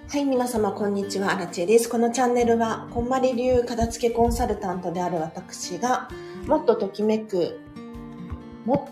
はい、皆様こんにちは、アラチェです。このチャンネルは、こんまり流片付けコンサルタントである私が、もっとときめく、もっ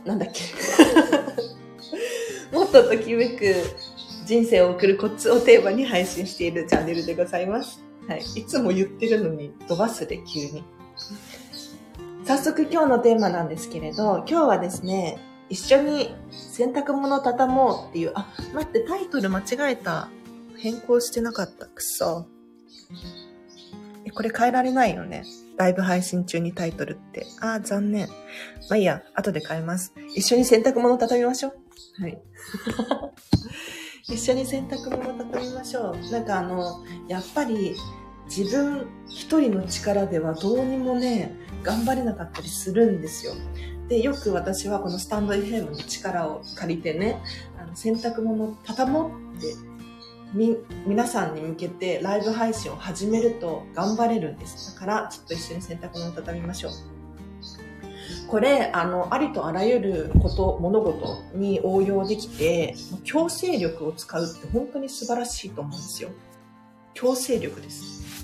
とときめく人生を送るコツをテーマに配信しているチャンネルでございます。はい、いつも言ってるのに、飛ばすで急に。早速今日のテーマなんですけれど、今日はですね、一緒に洗濯物を畳もうっていう、待って、タイトル間違えた。変更してなかった。くそ。これ変えられないよね。ライブ配信中にタイトルって。残念。まあいいや、後で変えます。一緒に洗濯物畳みましょう。はい。一緒に洗濯物畳みましょう。やっぱり自分一人の力ではどうにもね、頑張れなかったりするんですよ。で、よく私はこのスタンド FM の力を借りてね、洗濯物畳もうって皆さんに向けてライブ配信を始めると頑張れるんです。だからちょっと一緒に洗濯物を畳みましょう。これありとあらゆる物事に応用できて、強制力を使うって本当に素晴らしいと思うんですよ。強制力です。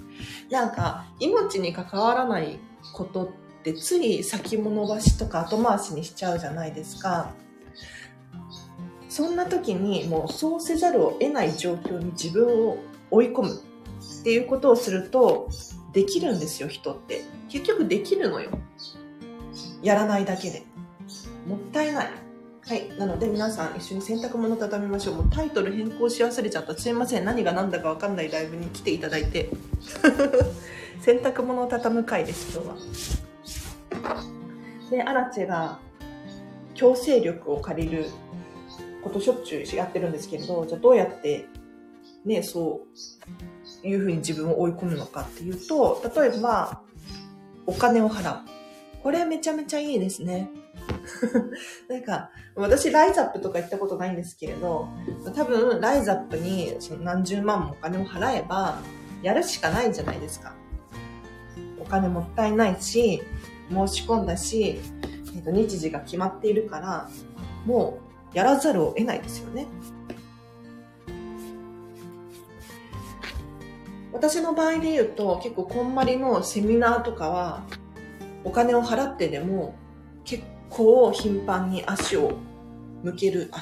命に関わらないことってつい先延ばしとか後回しにしちゃうじゃないですか。そんな時にもうそうせざるを得ない状況に自分を追い込むっていうことをするとできるんですよ、人って。結局できるのよ。やらないだけで。もったいない。はい。なので皆さん一緒に洗濯物畳みましょう。もうタイトル変更し忘れちゃった。すいません。何が何だか分かんないライブに来ていただいて。洗濯物を畳む回です、今日は。で、アラチェが強制力を借りることしょっちゅうやってるんですけれど、じゃあどうやってね、そういうふうに自分を追い込むのかっていうと、例えばお金を払う。これめちゃめちゃいいですね。私ライザップとか行ったことないんですけれど、多分ライザップにその何十万もお金を払えばやるしかないじゃないですか。お金もったいないし、申し込んだし、日時が決まっているからもうやらざるを得ないですよね。私の場合で言うと、結構こんまりのセミナーとかはお金を払ってでも結構頻繁に足を向ける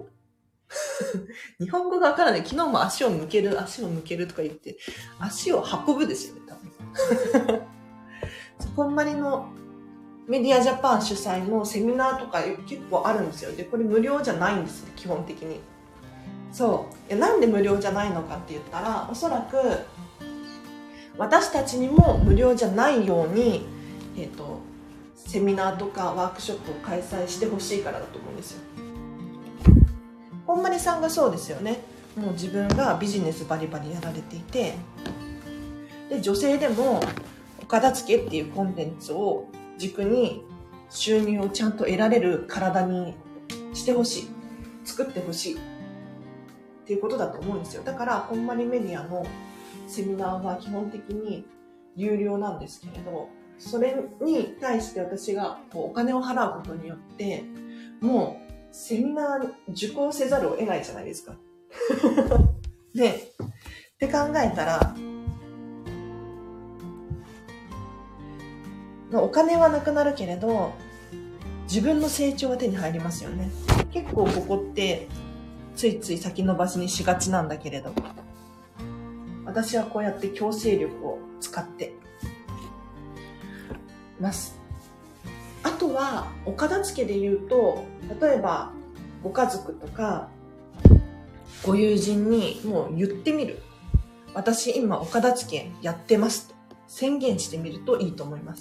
日本語がわからない。昨日も足を向けるとか言って足を運ぶですよね、多分。こんまりのメディアジャパン主催のセミナーとか結構あるんですよ。で、これ無料じゃないんですよ、基本的に。そう。なんで無料じゃないのかって言ったら、おそらく私たちにも無料じゃないように、セミナーとかワークショップを開催してほしいからだと思うんですよ。こんまりさんがそうですよね。もう自分がビジネスバリバリやられていて、で、女性でもお片付けっていうコンテンツを軸に収入をちゃんと得られる体にしてほしい、作ってほしいっていうことだと思うんですよ。だからこんまりメディアのセミナーは基本的に有料なんですけれど、それに対して私がお金を払うことによってもうセミナー受講せざるを得ないじゃないですか。で、って考えたらお金はなくなるけれど自分の成長は手に入りますよね。結構ここってついつい先延ばしにしがちなんだけれど、私はこうやって強制力を使ってます。あとはお片付けで言うと、例えばご家族とかご友人にもう言ってみる。私今お片付けやってますと宣言してみるといいと思います。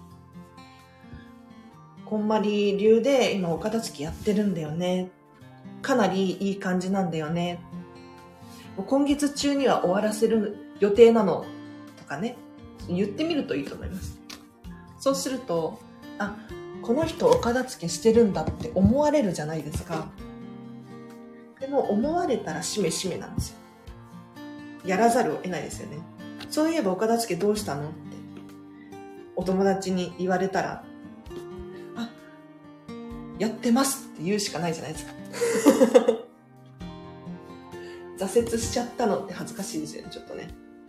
こんまり流で今お片付けやってるんだよね。かなりいい感じなんだよね。今月中には終わらせる予定なのとかね、言ってみるといいと思います。そうすると、この人お片付けしてるんだって思われるじゃないですか。でも思われたらしめしめなんですよ。やらざるを得ないですよね。そういえばお片付けどうしたのってお友達に言われたら、やってますって言うしかないじゃないですか。 挫折しちゃったのって恥ずかしいですよね、ちょっとね。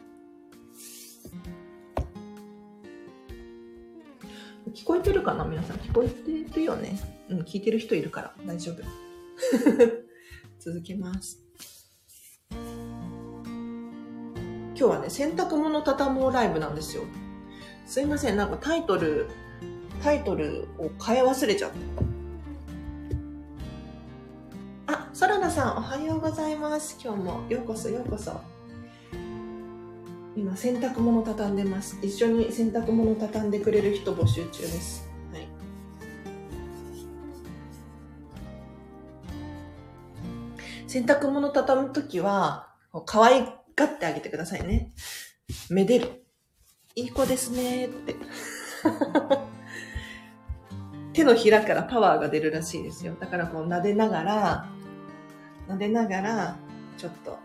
聞こえてるかな皆さん。聞こえてるよね。うん、聞いてる人いるから大丈夫。続けます。今日はね、洗濯物畳もうライブなんですよ。すいません、なんかタイトルを変え忘れちゃった。あ、ソラナさんおはようございます。今日もようこそようこそ。今洗濯物畳んでます。一緒に洗濯物畳んでくれる人募集中です。はい。洗濯物畳むときは可愛がってあげてくださいね。めでる。いい子ですねって。手のひらからパワーが出るらしいですよ。だからこう撫でながらちょっと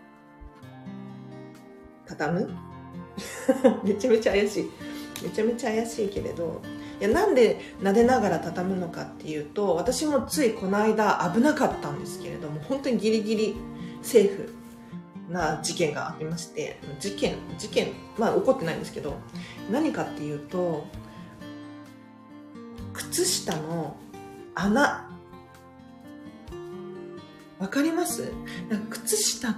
畳む。めちゃめちゃ怪しい。めちゃめちゃ怪しいけれど、いや、なんで撫でながら畳むのかっていうと、私もついこの間危なかったんですけれども、本当にギリギリセーフな事件がありまして、事件、まあ起こってないんですけど、何かっていうと、靴下の穴、わかります？なんか靴下って、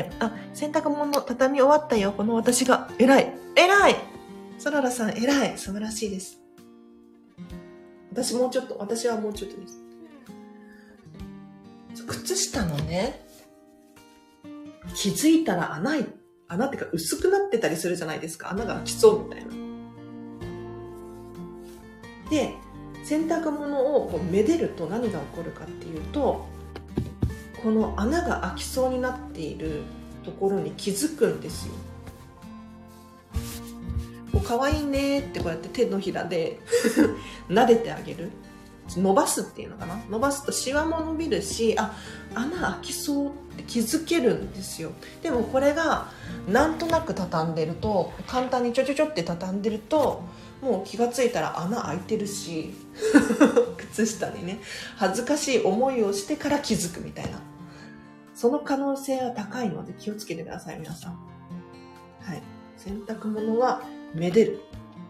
洗濯物畳み終わったよ。この私が、偉いソララさん偉い、素晴らしいです。私はもうちょっとです。靴下のね、気づいたら穴ってか薄くなってたりするじゃないですか。穴が開きそうみたいな。で、洗濯物をこうめでると何が起こるかっていうと、この穴が開きそうになっているところに気づくんですよ。こう可愛いねってこうやって手のひらで撫でてあげる。伸ばすっていうのかな。伸ばすとシワも伸びるし、穴開きそうって気づけるんですよ。でもこれがなんとなく畳んでると、簡単にちょって畳んでると、もう気がついたら穴開いてるし靴下にね、恥ずかしい思いをしてから気づくみたいな、その可能性は高いので気をつけてください皆さん。はい、洗濯物はめでる。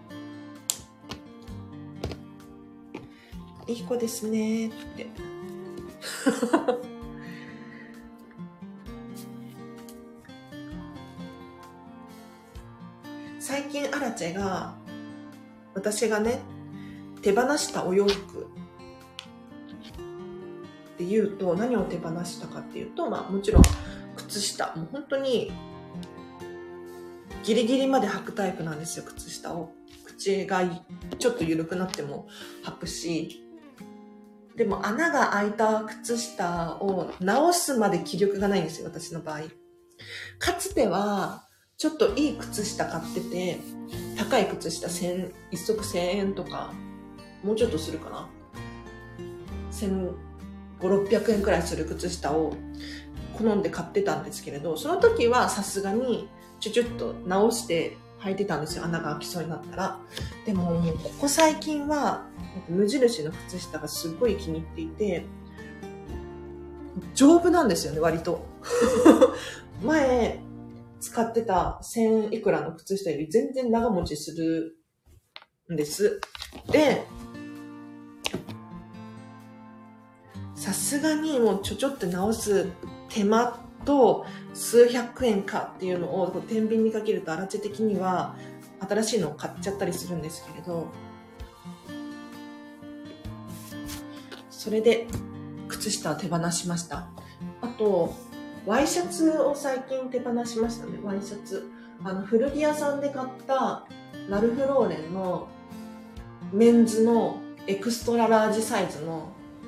いい子ですねって最近アラチェが、私がね手放したお洋服っていうと、何を手放したかっていうと、もちろん靴下、もう本当にギリギリまで履くタイプなんですよ。靴下を口がちょっと緩くなっても履くし、でも穴が開いた靴下を直すまで気力がないんですよ、私の場合。かつてはちょっといい靴下買ってて、高い靴下1足1000円とかもうちょっとするかな、1500、600円くらいする靴下を好んで買ってたんですけれど、その時はさすがにちょっと直して履いてたんですよ、穴が開きそうになったら。でももうここ最近は無印の靴下がすごい気に入っていて、丈夫なんですよね、割と前使ってた1000いくらの靴下より全然長持ちするんです。で、さすがにもうちょって直す手間と数百円かっていうのを天秤にかけると、アラチェ的には新しいのを買っちゃったりするんですけれど、それで靴下を手放しました。あとワイシャツを最近手放しましたね。ワイシャツ、古着屋さんで買ったラルフローレンのメンズのエクストララージサイズの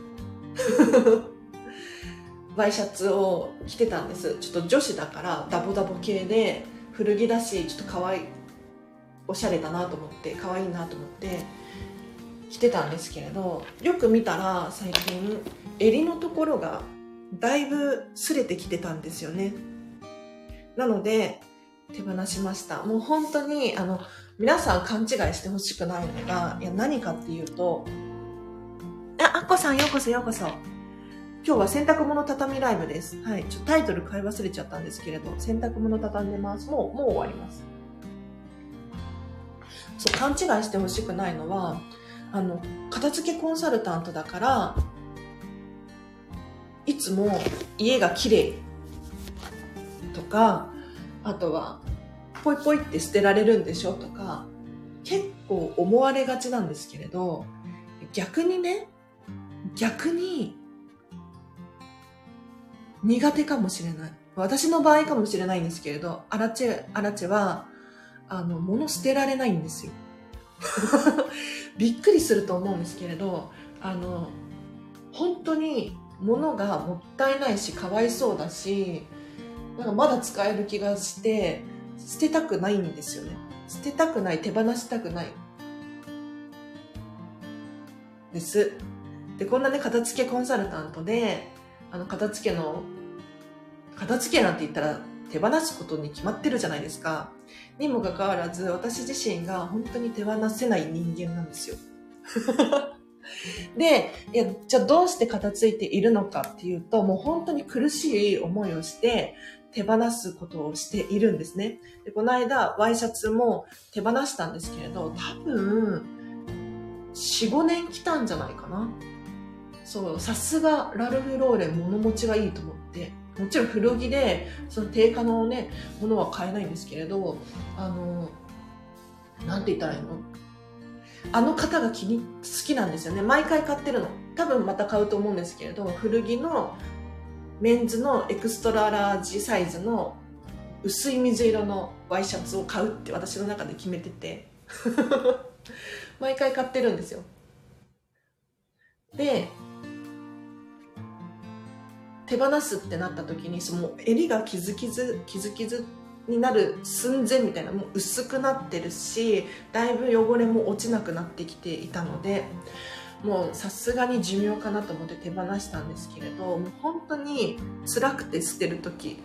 ワイシャツを着てたんです。ちょっと女子だからダボダボ系で古着だし、ちょっと可愛い、おしゃれだなと思って、可愛いなと思って着てたんですけれど、よく見たら最近襟のところがだいぶ擦れてきてたんですよね。なので手放しました。もう本当に皆さん勘違いしてほしくないのが、何かっていうと、あっこさんようこそようこそ。 今日は洗濯物畳みライブです。はい。タイトル買い忘れちゃったんですけれど、洗濯物畳んでます。もう終わります。そう、勘違いしてほしくないのは、片付けコンサルタントだから、いつも家が綺麗とか、あとは、ポイポイって捨てられるんでしょとか、結構思われがちなんですけれど、逆に苦手かもしれない。私の場合かもしれないんですけれど、アラチェは、物捨てられないんですよ。びっくりすると思うんですけれど、本当に物がもったいないし、かわいそうだし、なんかまだ使える気がして、捨てたくないんですよね。捨てたくない、手放したくない。です。で、こんなね、片付けコンサルタントで、片付けなんて言ったら手放すことに決まってるじゃないですか。にもかかわらず、私自身が本当に手放せない人間なんですよ。で、じゃあどうして片付いているのかっていうと、もう本当に苦しい思いをして手放すことをしているんですね。で、この間、ワイシャツも手放したんですけれど、多分、4、5年来たんじゃないかな。そう、さすがラルフローレン物持ちがいいと思って、もちろん古着で、その定価のね、ものは買えないんですけれど、なんて言ったらいいの？あの方が好きなんですよね。毎回買ってるの。多分また買うと思うんですけれど、古着のメンズのエクストララージサイズの薄い水色のワイシャツを買うって私の中で決めてて毎回買ってるんですよ。で、手放すってなった時に、その襟が傷になる寸前みたいな、もう薄くなってるし、だいぶ汚れも落ちなくなってきていたので、もうさすがに寿命かなと思って手放したんですけれど、もう本当に辛くて捨てる時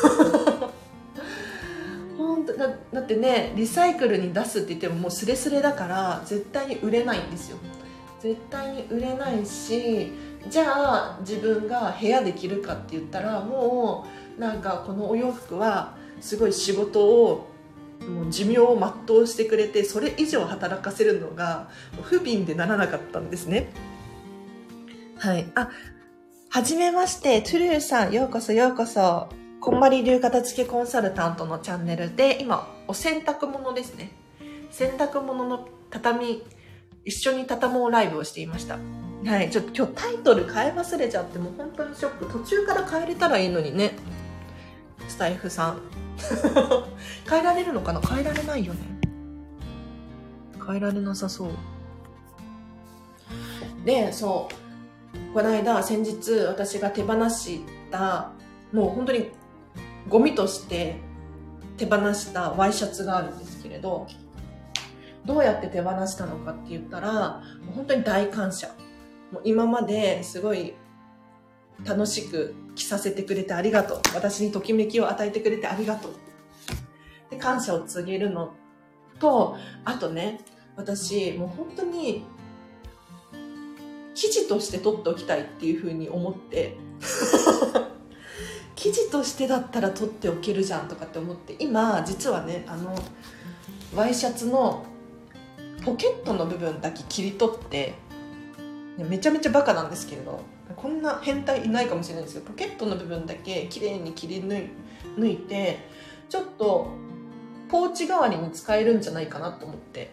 本当だってね、リサイクルに出すって言ってももうスレスレだから絶対に売れないんですよ。絶対に売れないし、じゃあ自分が部屋で着るかって言ったら、もうなんかこのお洋服はすごい仕事をもう寿命を全うしてくれて、それ以上働かせるのが不憫でならなかったんですね。はい。はじめまして、トゥルーさん、ようこそようこそ。こんまり流片付けコンサルタントのチャンネルで、今お洗濯物ですね、洗濯物の一緒に畳もうライブをしていました。はい、ちょっと今日タイトル変え忘れちゃって、もう本当にショック。途中から変えれたらいいのにね、スタイフさん変えられるのかな？変えられないよね。変えられなさそうで、そうこの間先日私が手放したもう本当にゴミとして手放したワイシャツがあるんですけれど、どうやって手放したのかって言ったら、本当に大感謝。もう今まですごい楽しく着させてくれてありがとう。私にときめきを与えてくれてありがとう。で、感謝を告げるのと、あとね、私もう本当に記事として取っておきたいっていうふうに思って記事としてだったら取っておけるじゃんとかって思って、今実はね、ワイシャツのポケットの部分だけ切り取って、めちゃめちゃバカなんですけれど、こんな変態いないかもしれないですけど、ポケットの部分だけ綺麗に切り抜いて、ちょっとポーチ代わりに使えるんじゃないかなと思って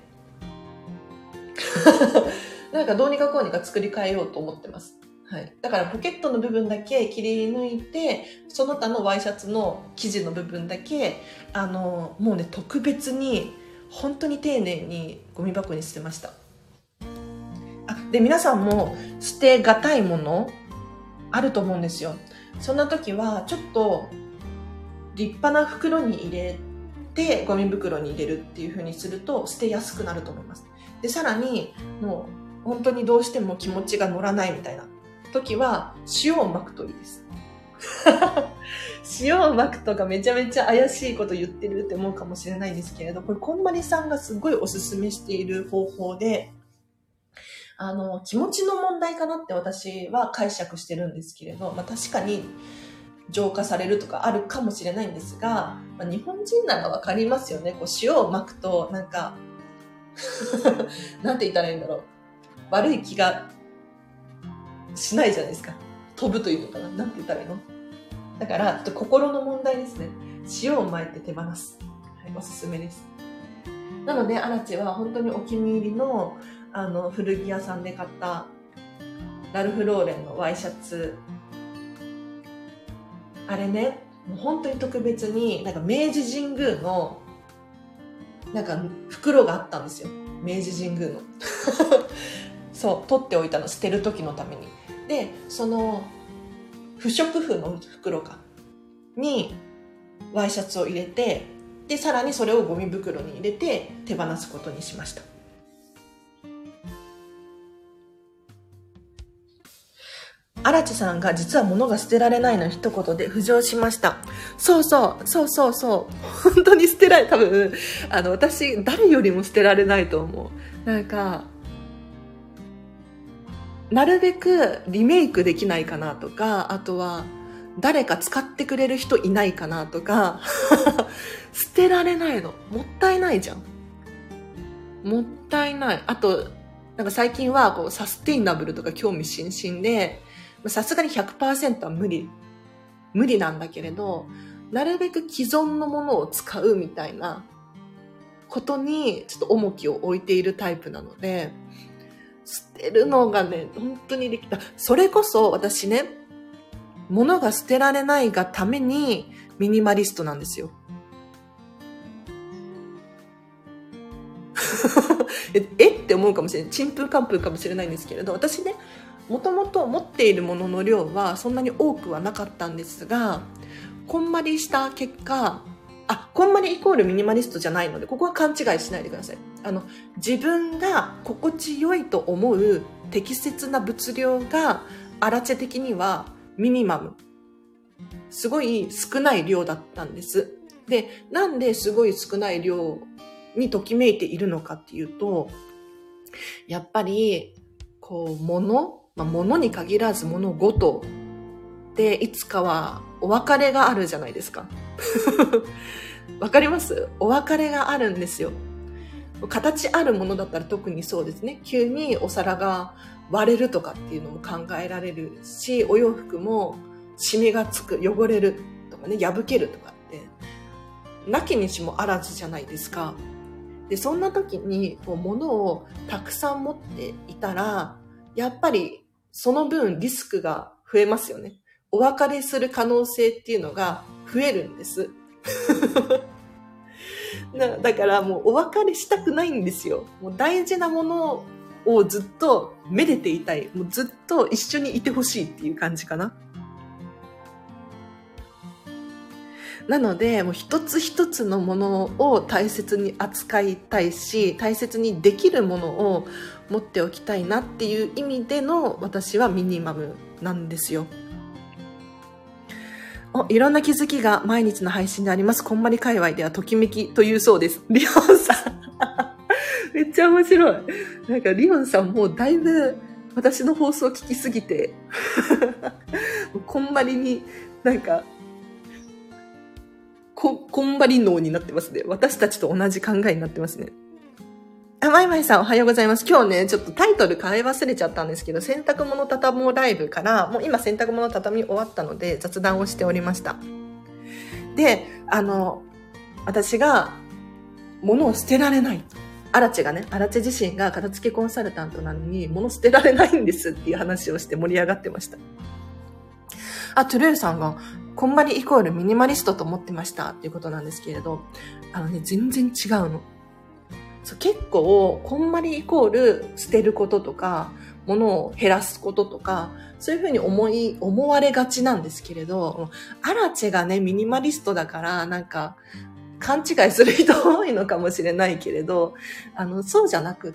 なんかどうにかこうにか作り変えようと思ってます。はい、だからポケットの部分だけ切り抜いて、その他のワイシャツの生地の部分だけもうね、特別に本当に丁寧にゴミ箱に捨てました。で、皆さんも捨てがたいものあると思うんですよ。そんな時はちょっと立派な袋に入れてゴミ袋に入れるっていう風にすると捨てやすくなると思います。で、さらにもう本当にどうしても気持ちが乗らないみたいな時は塩をまくといいです塩をまくとかめちゃめちゃ怪しいこと言ってるって思うかもしれないんですけれど、これこんまりさんがすごいおすすめしている方法で、 気持ちの問題かなって私は解釈してるんですけれど、確かに浄化されるとかあるかもしれないんですが、日本人ならわかりますよね。こう塩を撒くと、なんか、なんて言ったらいいんだろう。悪い気がしないじゃないですか。飛ぶというのかな。なんて言ったらいいの？だから、ちょっと心の問題ですね。塩を撒いて手放す。はい、おすすめです。なので、アラチは本当にお気に入りの、古着屋さんで買ったラルフローレンのワイシャツ。あれね、もう本当に特別に、なんか明治神宮の、なんか袋があったんですよ。明治神宮の。そう、取っておいたの、捨てる時のために。で、その、不織布の袋にワイシャツを入れて、で、さらにそれをゴミ袋に入れて手放すことにしました。荒地さんが実は物が捨てられないの一言で浮上しました。そう。本当に捨てられ、多分、私、誰よりも捨てられないと思う。なんか、なるべくリメイクできないかなとか、あとは、誰か使ってくれる人いないかなとか、捨てられないの。もったいないじゃん。もったいない。あと、なんか最近はこうサステイナブルとか興味津々で、さすがに 100% は無理なんだけれど、なるべく既存のものを使うみたいなことにちょっと重きを置いているタイプなので、捨てるのがね、本当にできた。それこそ私ね、物が捨てられないがためにミニマリストなんですよ。って思うかもしれない。ちんぷんかんぷんかもしれないんですけれど、私ね、もともと持っているものの量はそんなに多くはなかったんですが、こんまりした結果、こんまりイコールミニマリストじゃないので、ここは勘違いしないでください。自分が心地よいと思う適切な物量が、アラチェ的にはミニマム。すごい少ない量だったんです。で、なんですごい少ない量にときめいているのかっていうと、やっぱり、こう、物に限らず物ごとで、いつかはお別れがあるじゃないですか。わかります？お別れがあるんですよ。形あるものだったら特にそうですね。急にお皿が割れるとかっていうのも考えられるし、お洋服もシミがつく、汚れるとかね、破けるとかって、なきにしもあらずじゃないですか。で、そんな時にこう物をたくさん持っていたら、やっぱりその分リスクが増えますよね。お別れする可能性っていうのが増えるんです。だからもうお別れしたくないんですよ。もう大事なものをずっとめでていたい。もうずっと一緒にいてほしいっていう感じかな。なので、もう一つ一つのものを大切に扱いたいし、大切にできるものを持っておきたいなっていう意味での私はミニマムなんですよ。いろんな気づきが毎日の配信であります。こんまり界隈ではときめきというそうです。リオンさん。めっちゃ面白い。なんかリオンさんもうだいぶ私の放送聞きすぎて、こんまりになんか、こんばり脳になってますね。私たちと同じ考えになってますね。まいまいさんおはようございます。今日ね、ちょっとタイトル変え忘れちゃったんですけど、洗濯物たたもうライブから、もう今洗濯物畳み終わったので雑談をしておりました。で、私が物を捨てられない。アラチェ自身が片付けコンサルタントなのに物捨てられないんですっていう話をして盛り上がってました。トゥルーさんが、こんまりイコールミニマリストと思ってましたっていうことなんですけれど、全然違うの。結構、こんまりイコール捨てることとか、物を減らすこととか、そういうふうに思われがちなんですけれど、アラチェがね、ミニマリストだから、なんか、勘違いする人多いのかもしれないけれど、そうじゃなくって、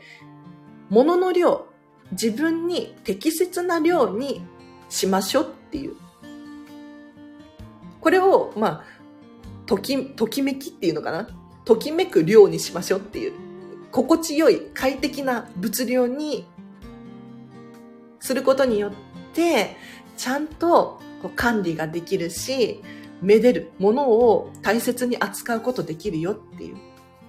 物の量、自分に適切な量にしましょうっていう。これを、ときめきっていうのかな？ときめく量にしましょうっていう心地よい快適な物量にすることによってちゃんと管理ができるし、めでるものを大切に扱うことできるよっていう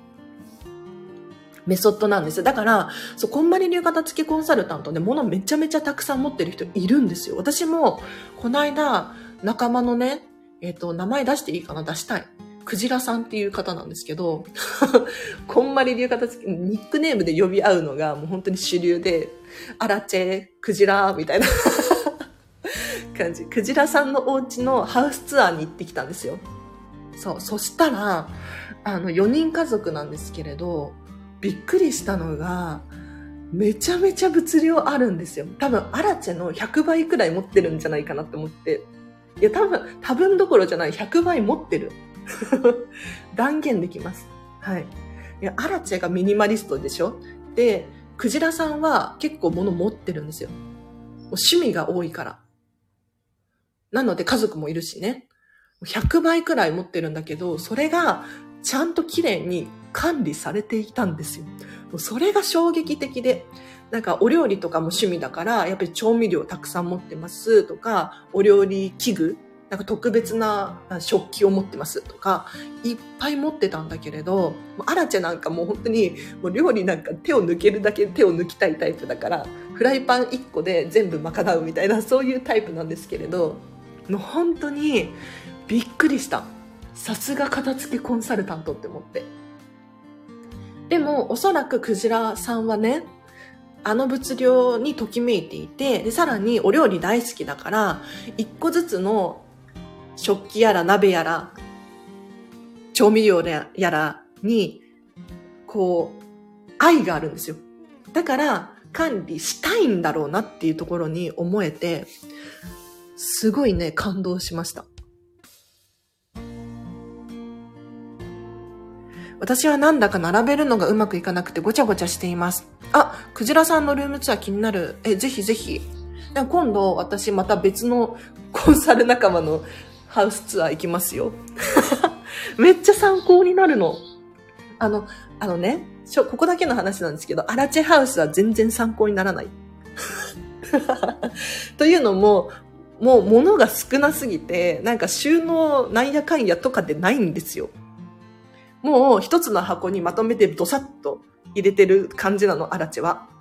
メソッドなんですよ。だから、こんまり流片付けコンサルタントで物めちゃめちゃたくさん持ってる人いるんですよ。私も、この間、仲間のね、名前出していいかな？出したい。クジラさんっていう方なんですけど、こんまり流片付け、ニックネームで呼び合うのがもう本当に主流で、アラチェ、クジラ、みたいな感じ。クジラさんのお家のハウスツアーに行ってきたんですよ。そしたら、4人家族なんですけれど、びっくりしたのが、めちゃめちゃ物量あるんですよ。多分、アラチェの100倍くらい持ってるんじゃないかなって思って。いや、多分どころじゃない、100倍持ってる。断言できます。はい。いや、アラチェがミニマリストでしょ？で、クジラさんは結構物持ってるんですよ。趣味が多いから。なので家族もいるしね。100倍くらい持ってるんだけど、それがちゃんと綺麗に管理されていたんですよ。それが衝撃的で、なんかお料理とかも趣味だから、やっぱり調味料たくさん持ってますとか、お料理器具、なんか特別な食器を持ってますとか、いっぱい持ってたんだけれど、アラチェなんかもう本当にもう料理なんか手を抜けるだけ手を抜きたいタイプだから、フライパン1個で全部賄うみたいな、そういうタイプなんですけれど、もう本当にびっくりした。さすが片付けコンサルタントって思って。でもおそらくクジラさんはね、あの物量にときめいていて、でさらにお料理大好きだから、一個ずつの食器やら鍋やら調味料やらにこう愛があるんですよ。だから管理したいんだろうなっていうところに思えて、すごいね、感動しました。私はなんだか並べるのがうまくいかなくてごちゃごちゃしています。あ、クジラさんのルームツアー気になる。ぜひぜひ。今度私また別のコンサル仲間のハウスツアー行きますよ。めっちゃ参考になるの。ね、ここだけの話なんですけど、アラチェハウスは全然参考にならない。というのも、もう物が少なすぎて、なんか収納なんやかんやとかでないんですよ。もう一つの箱にまとめてドサッと入れてる感じなの、アラチェは。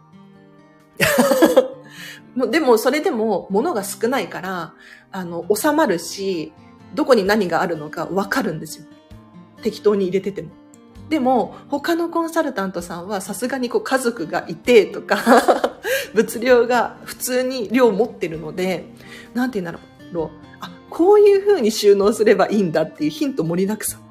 でもそれでも物が少ないから、収まるし、どこに何があるのかわかるんですよ。適当に入れてても。でも他のコンサルタントさんはさすがに家族がいてとか物量が普通に量持ってるので、なんて言うんだろう。こういう風に収納すればいいんだっていうヒント盛りだくさん。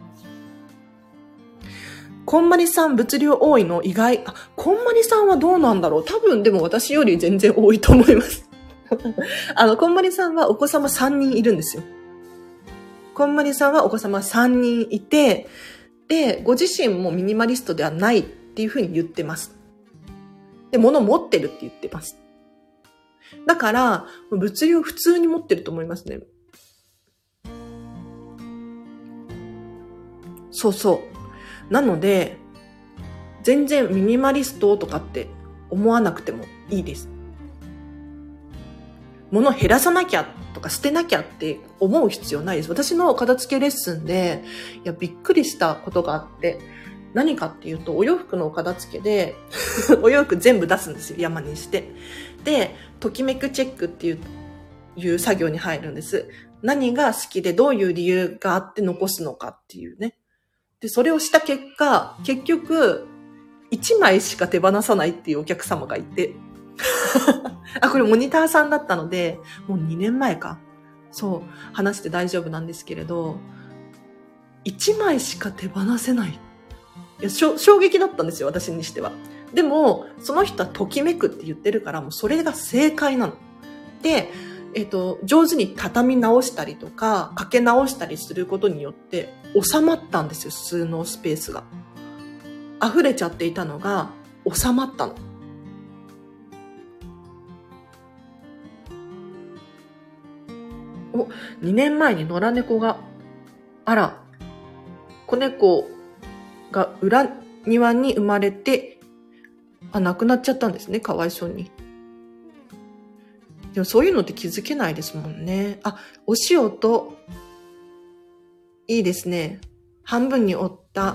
こんまりさん物量多いの意外。こんまりさんはどうなんだろう。多分でも私より全然多いと思います。こんまりさんはお子様3人いるんですよ。こんまりさんはお子様3人いて、で、ご自身もミニマリストではないっていうふうに言ってます。で、物持ってるって言ってます。だから、物量普通に持ってると思いますね。そうそう。なので、全然ミニマリストとかって思わなくてもいいです。物減らさなきゃとか捨てなきゃって思う必要ないです。私の片付けレッスンで、びっくりしたことがあって、何かっていうと、お洋服の片付けで、お洋服全部出すんですよ、山にして。で、ときめくチェックっていう作業に入るんです。何が好きでどういう理由があって残すのかっていうね。で、それをした結果、結局、1枚しか手放さないっていうお客様がいて、これモニターさんだったので、もう2年前か。そう、話して大丈夫なんですけれど、1枚しか手放せない。いや、衝撃だったんですよ、私にしては。でも、その人はときめくって言ってるから、もうそれが正解なの。で、上手に畳み直したりとか、かけ直したりすることによって、収まったんですよ、収納スペースが。溢れちゃっていたのが、収まったの。2年前に野良猫が、子猫が裏庭に生まれて亡くなっちゃったんですね。かわいそうに。でもそういうのって気づけないですもんね。お塩と、いいですね。半分に折った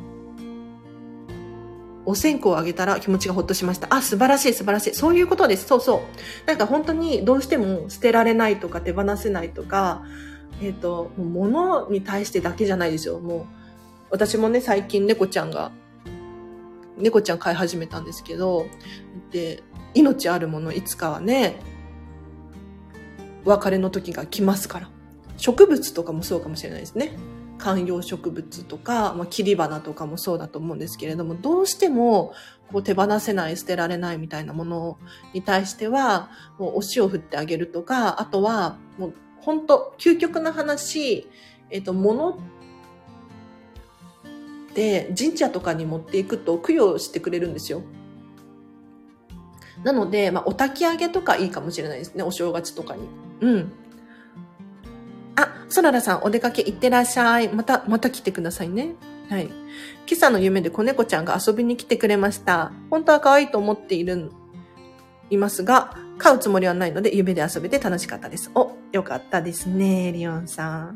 お線香をあげたら気持ちがほっとしました。素晴らしい素晴らしい。そういうことです。そうそう。なんか本当にどうしても捨てられないとか手放せないとか、物に対してだけじゃないですよ。もう、私もね、最近猫ちゃん飼い始めたんですけど、で、命あるものいつかはね、お別れの時が来ますから。植物とかもそうかもしれないですね。観葉植物とか、切り花とかもそうだと思うんですけれども、どうしてもこう手放せない、捨てられないみたいなものに対しては、もうお塩振ってあげるとか、あとは、もう本当究極な話、物って神社とかに持っていくと供養してくれるんですよ。なので、お焚き上げとかいいかもしれないですね。お正月とかに。うん。ソララさん、お出かけ行ってらっしゃい。また来てくださいね。はい。今朝の夢で子猫ちゃんが遊びに来てくれました。本当は可愛いと思っていますが、飼うつもりはないので、夢で遊べて楽しかったです。よかったですね、リオンさん。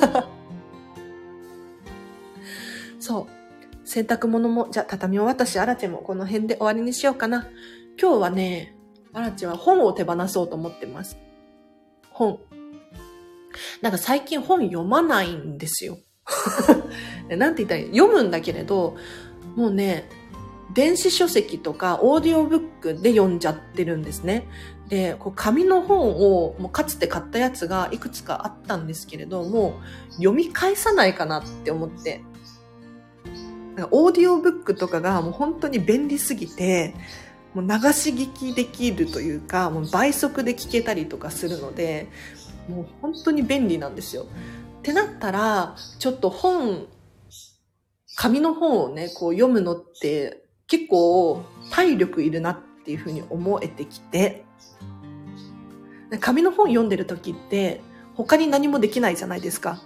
そう。洗濯物も、じゃあ畳を私、アラチェもこの辺で終わりにしようかな。今日はね、アラチェは本を手放そうと思ってます。本。なんか最近本読まないんですよ。なんて言ったらいい？読むんだけれど、もうね、電子書籍とかオーディオブックで読んじゃってるんですね。で、紙の本をもうかつて買ったやつがいくつかあったんですけれど、もう読み返さないかなって思って。オーディオブックとかがもう本当に便利すぎて、もう流し聞きできるというか、もう倍速で聞けたりとかするので、もう本当に便利なんですよ。ってなったら、ちょっと紙の本をね、読むのって結構体力いるなっていうふうに思えてきて、紙の本読んでる時って他に何もできないじゃないですか。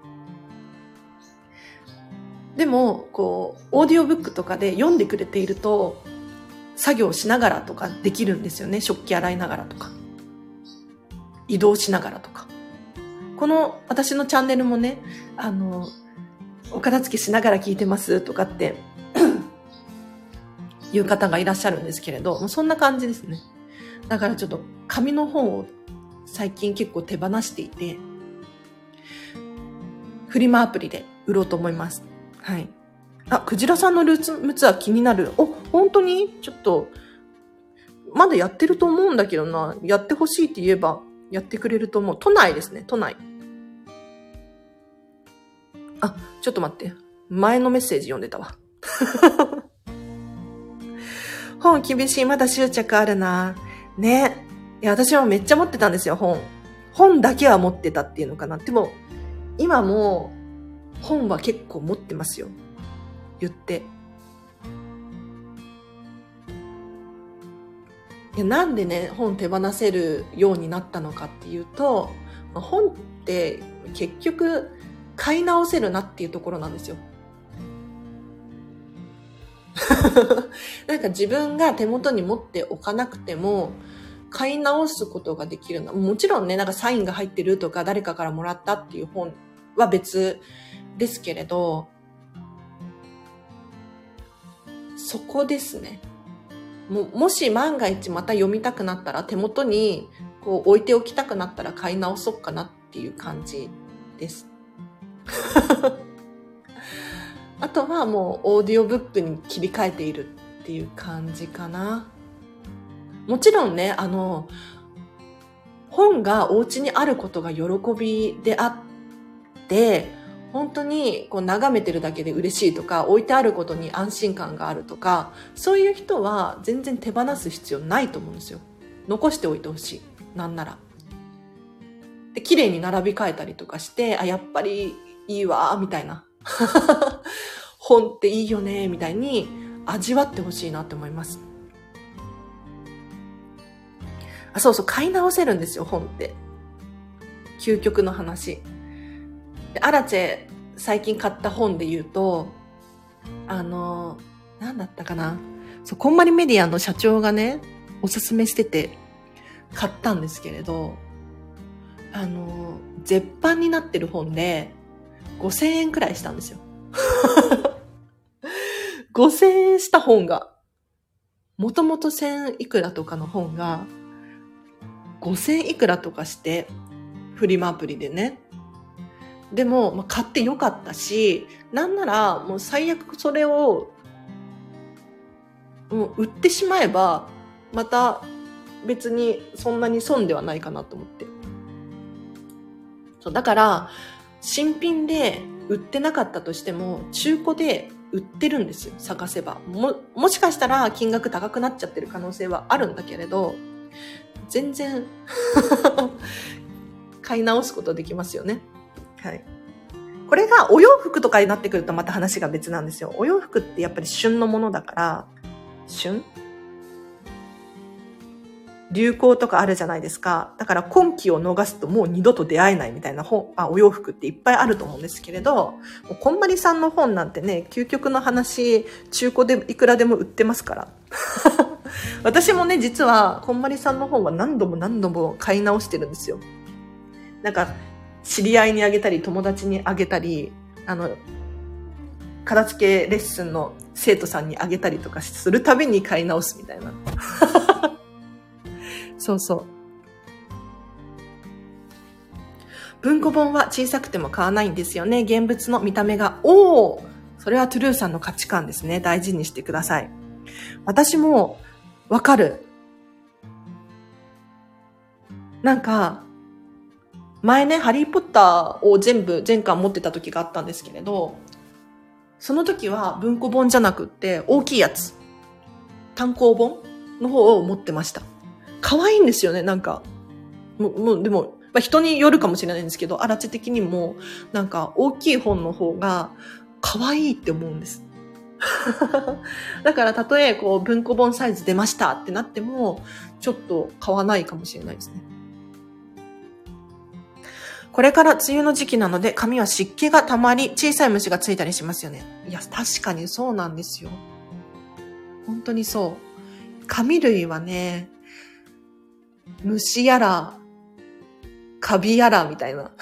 でも、オーディオブックとかで読んでくれていると、作業しながらとかできるんですよね。食器洗いながらとか。移動しながらとか。この私のチャンネルもね、お片付けしながら聞いてますとかっていう方がいらっしゃるんですけれど、もうそんな感じですね。だからちょっと紙の本を最近結構手放していて、フリマアプリで売ろうと思います。はい。クジラさんのルームツアー気になる。本当にちょっと、まだやってると思うんだけどな。やってほしいって言えば、やってくれると思う。都内ですね、都内。ちょっと待って。前のメッセージ読んでたわ。本厳しい。まだ執着あるな。ね。いや、私はめっちゃ持ってたんですよ、本。本だけは持ってたっていうのかな。でも、今も、本は結構持ってますよ。言って。いや、なんでね、本手放せるようになったのかっていうと、本って結局買い直せるなっていうところなんですよ。なんか自分が手元に持っておかなくても買い直すことができるの。もちろんね、なんかサインが入ってるとか誰かからもらったっていう本は別ですけれど、そこですね。もし万が一また読みたくなったら手元に置いておきたくなったら買い直そうかなっていう感じです。あとはもうオーディオブックに切り替えているっていう感じかな。もちろんね、本がお家にあることが喜びであって、本当に眺めてるだけで嬉しいとか、置いてあることに安心感があるとか、そういう人は全然手放す必要ないと思うんですよ。残しておいてほしい。なんなら。で、綺麗に並び替えたりとかして、やっぱりいいわ、みたいな。本っていいよね、みたいに味わってほしいなって思います。そうそう、買い直せるんですよ、本って。究極の話。アラチェ最近買った本で言うと、なんだったかな。 そう、こんまりメディアの社長がね、おすすめしてて買ったんですけれど、絶版になってる本で5000円くらいしたんですよ。5000円した本が、もともと1000いくらとかの本が5000いくらとかして、フリマアプリでね。でも、買ってよかったし、なんならもう最悪それを売ってしまえば、また別にそんなに損ではないかなと思って。そう、だから、新品で売ってなかったとしても、中古で売ってるんですよ、探せば。もしかしたら金額高くなっちゃってる可能性はあるんだけれど、全然、買い直すことできますよね。はい。これがお洋服とかになってくるとまた話が別なんですよ。お洋服ってやっぱり旬のものだから、流行とかあるじゃないですか。だから今季を逃すともう二度と出会えないみたいなお洋服っていっぱいあると思うんですけれど、こんまりさんの本なんてね、究極の話、中古でいくらでも売ってますから。私もね、実はこんまりさんの本は何度も買い直してるんですよ。なんか、知り合いにあげたり、友達にあげたり、片付けレッスンの生徒さんにあげたりとかするたびに買い直すみたいな。そうそう。文庫本は小さくても買わないんですよね。現物の見た目が。それはトゥルーさんの価値観ですね。大事にしてください。私もわかる。なんか、前ね、ハリーポッターを全巻持ってた時があったんですけれど、その時は文庫本じゃなくって大きいやつ、単行本の方を持ってました。可愛いんですよね、なんか。でも、人によるかもしれないんですけど、アラチェ的にも、なんか大きい本の方が可愛いって思うんです。だから、たとえ文庫本サイズ出ましたってなっても、ちょっと買わないかもしれないですね。これから梅雨の時期なので髪は湿気が溜まり小さい虫がついたりしますよね。いや、確かにそうなんですよ。本当にそう。髪類はね、虫やら、カビやらみたいな。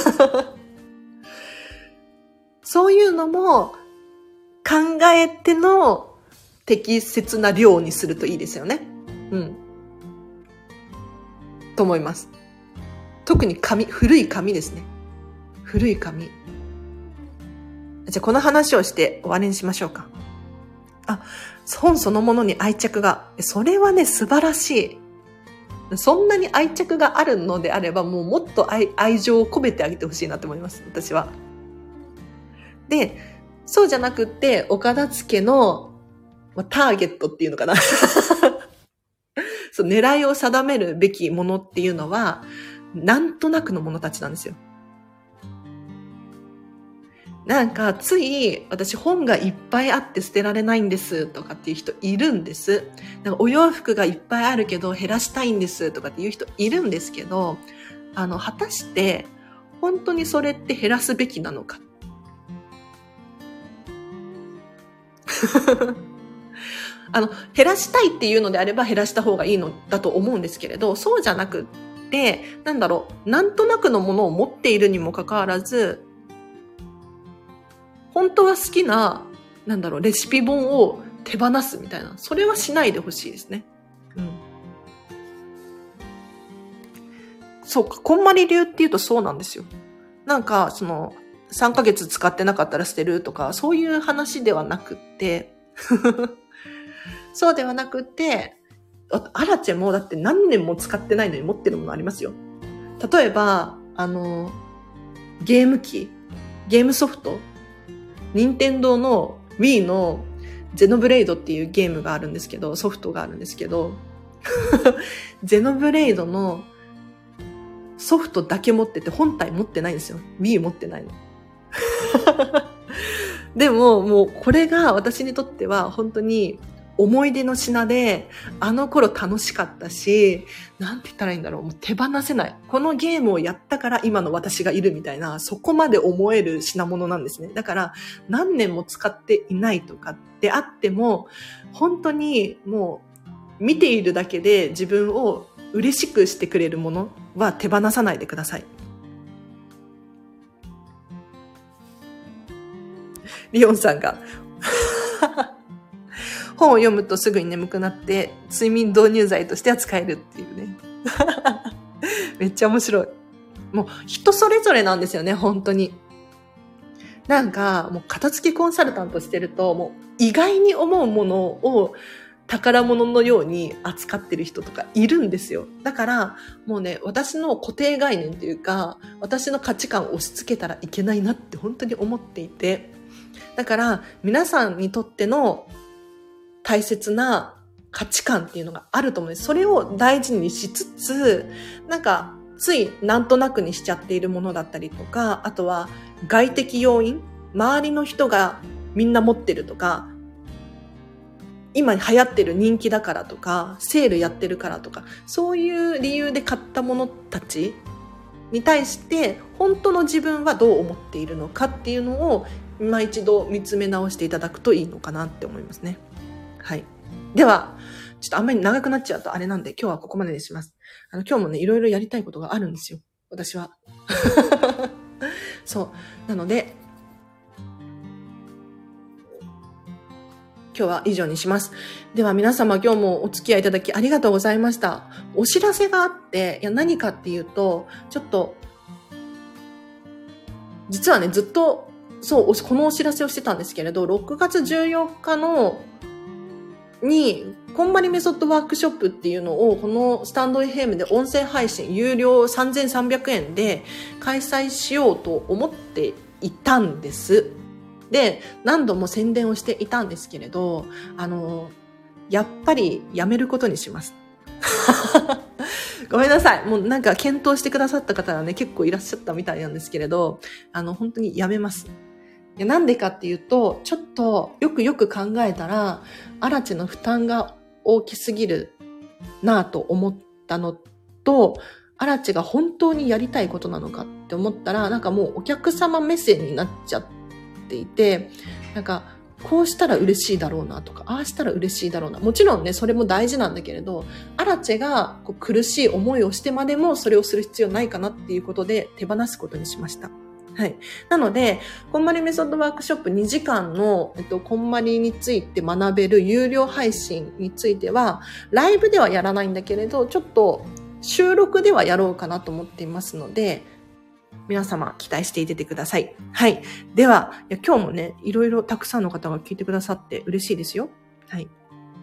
そういうのも考えての適切な量にするといいですよね。と思います。特に古い紙ですね。古い紙。じゃあこの話をして終わりにしましょうか。本そのものに愛着が。それはね、素晴らしい。そんなに愛着があるのであれば、もっと愛情を込めてあげてほしいなと思います、私は。で、そうじゃなくって、お片付けのターゲットっていうのかな。そう、狙いを定めるべきものっていうのは、なんとなくのものたちなんですよ。なんかつい私本がいっぱいあって捨てられないんですとかっていう人いるんです。なんかお洋服がいっぱいあるけど減らしたいんですとかっていう人いるんですけど、果たして本当にそれって減らすべきなのか。減らしたいっていうのであれば減らした方がいいのだと思うんですけれど、そうじゃなくって、なんとなくのものを持っているにもかかわらず、本当は好きな、レシピ本を手放すみたいな。それはしないでほしいですね。そうか、こんまり流っていうとそうなんですよ。なんか、3ヶ月使ってなかったら捨てるとか、そういう話ではなくって、そうではなくって、アラチェもだって何年も使ってないのに持ってるものありますよ。例えば、ゲーム機、ゲームソフト、任天堂の Wii のゼノブレイドっていうゲームがあるんですけど、ソフトがあるんですけど、ゼノブレイドのソフトだけ持ってて本体持ってないんですよ。Wii 持ってないの。でも、もうこれが私にとっては本当に思い出の品で、あの頃楽しかったし、なんて言ったらいいんだろう、もう手放せない。このゲームをやったから今の私がいるみたいな、そこまで思える品物なんですね。だから何年も使っていないとかであっても、本当にもう見ているだけで自分を嬉しくしてくれるものは手放さないでください。リオンさんが本を読むとすぐに眠くなって睡眠導入剤としては使えるっていうねめっちゃ面白い。もう人それぞれなんですよね、本当に。なんかもう片付けコンサルタントしてると、もう意外に思うものを宝物のように扱ってる人とかいるんですよ。だからもうね、私の固定概念というか、私の価値観を押し付けたらいけないなって本当に思っていて、だから皆さんにとっての大切な価値観っていうのがあると思うんです。それを大事にしつつ、なんかついなんとなくにしちゃっているものだったりとか、あとは外的要因、周りの人がみんな持ってるとか、今流行ってる人気だからとか、セールやってるからとか、そういう理由で買ったものたちに対して本当の自分はどう思っているのかっていうのを今一度見つめ直していただくといいのかなって思いますね。はい。では、ちょっとあんまり長くなっちゃうとあれなんで、今日はここまでにします。今日もね、いろいろやりたいことがあるんですよ。私は。そう。なので、今日は以上にします。では皆様、今日もお付き合いいただきありがとうございました。お知らせがあって、何かっていうと、ちょっと、実はね、ずっと、そう、このお知らせをしてたんですけれど、6月14日に、こんまりメソッドワークショップっていうのを、このスタンド FM で音声配信、有料3300円で開催しようと思っていたんです。で、何度も宣伝をしていたんですけれど、やっぱりやめることにします。ごめんなさい。もうなんか検討してくださった方がね、結構いらっしゃったみたいなんですけれど、本当にやめます。なんでかっていうと、ちょっとよくよく考えたら、アラチの負担が大きすぎるなぁと思ったのと、アラチが本当にやりたいことなのかって思ったら、なんかもうお客様目線になっちゃっていて、なんかこうしたら嬉しいだろうなとか、ああしたら嬉しいだろうな。もちろんね、それも大事なんだけれど、アラチェがこう苦しい思いをしてまでもそれをする必要ないかなっていうことで手放すことにしました。はい。なので、こんまりメソッドワークショップ2時間の、こんまりについて学べる有料配信については、ライブではやらないんだけれど、ちょっと収録ではやろうかなと思っていますので、皆様期待していててください。はい。では、今日もね、いろいろたくさんの方が聞いてくださって嬉しいですよ。はい。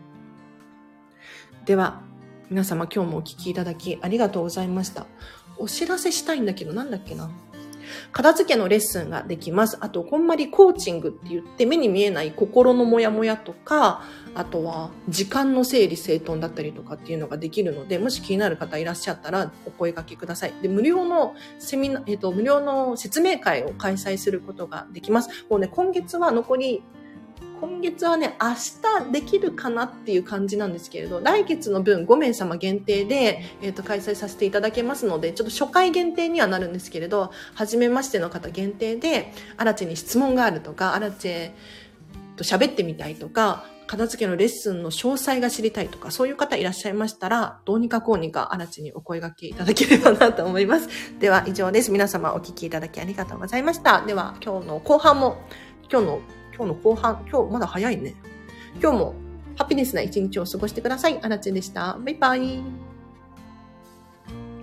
では、皆様今日もお聞きいただきありがとうございました。お知らせしたいんだけど、なんだっけな。片付けのレッスンができます。あと、こんまりコーチングって言って目に見えない心のモヤモヤとか、あとは時間の整理整頓だったりとかっていうのができるので、もし気になる方いらっしゃったらお声掛けください。で、無料の無料の説明会を開催することができます。もうね、今月はね、明日できるかなっていう感じなんですけれど、来月の分5名様限定で、開催させていただけますので、ちょっと初回限定にはなるんですけれど、初めましての方限定で、アラチェに質問があるとか、アラチェと喋ってみたいとか、片付けのレッスンの詳細が知りたいとか、そういう方いらっしゃいましたら、どうにかこうにかアラチェにお声掛けいただければなと思います。では以上です。皆様お聞きいただきありがとうございました。では今日の後半も、今日まだ早いね。今日もハピネスな一日を過ごしてください。アラチェでした。バイバイ。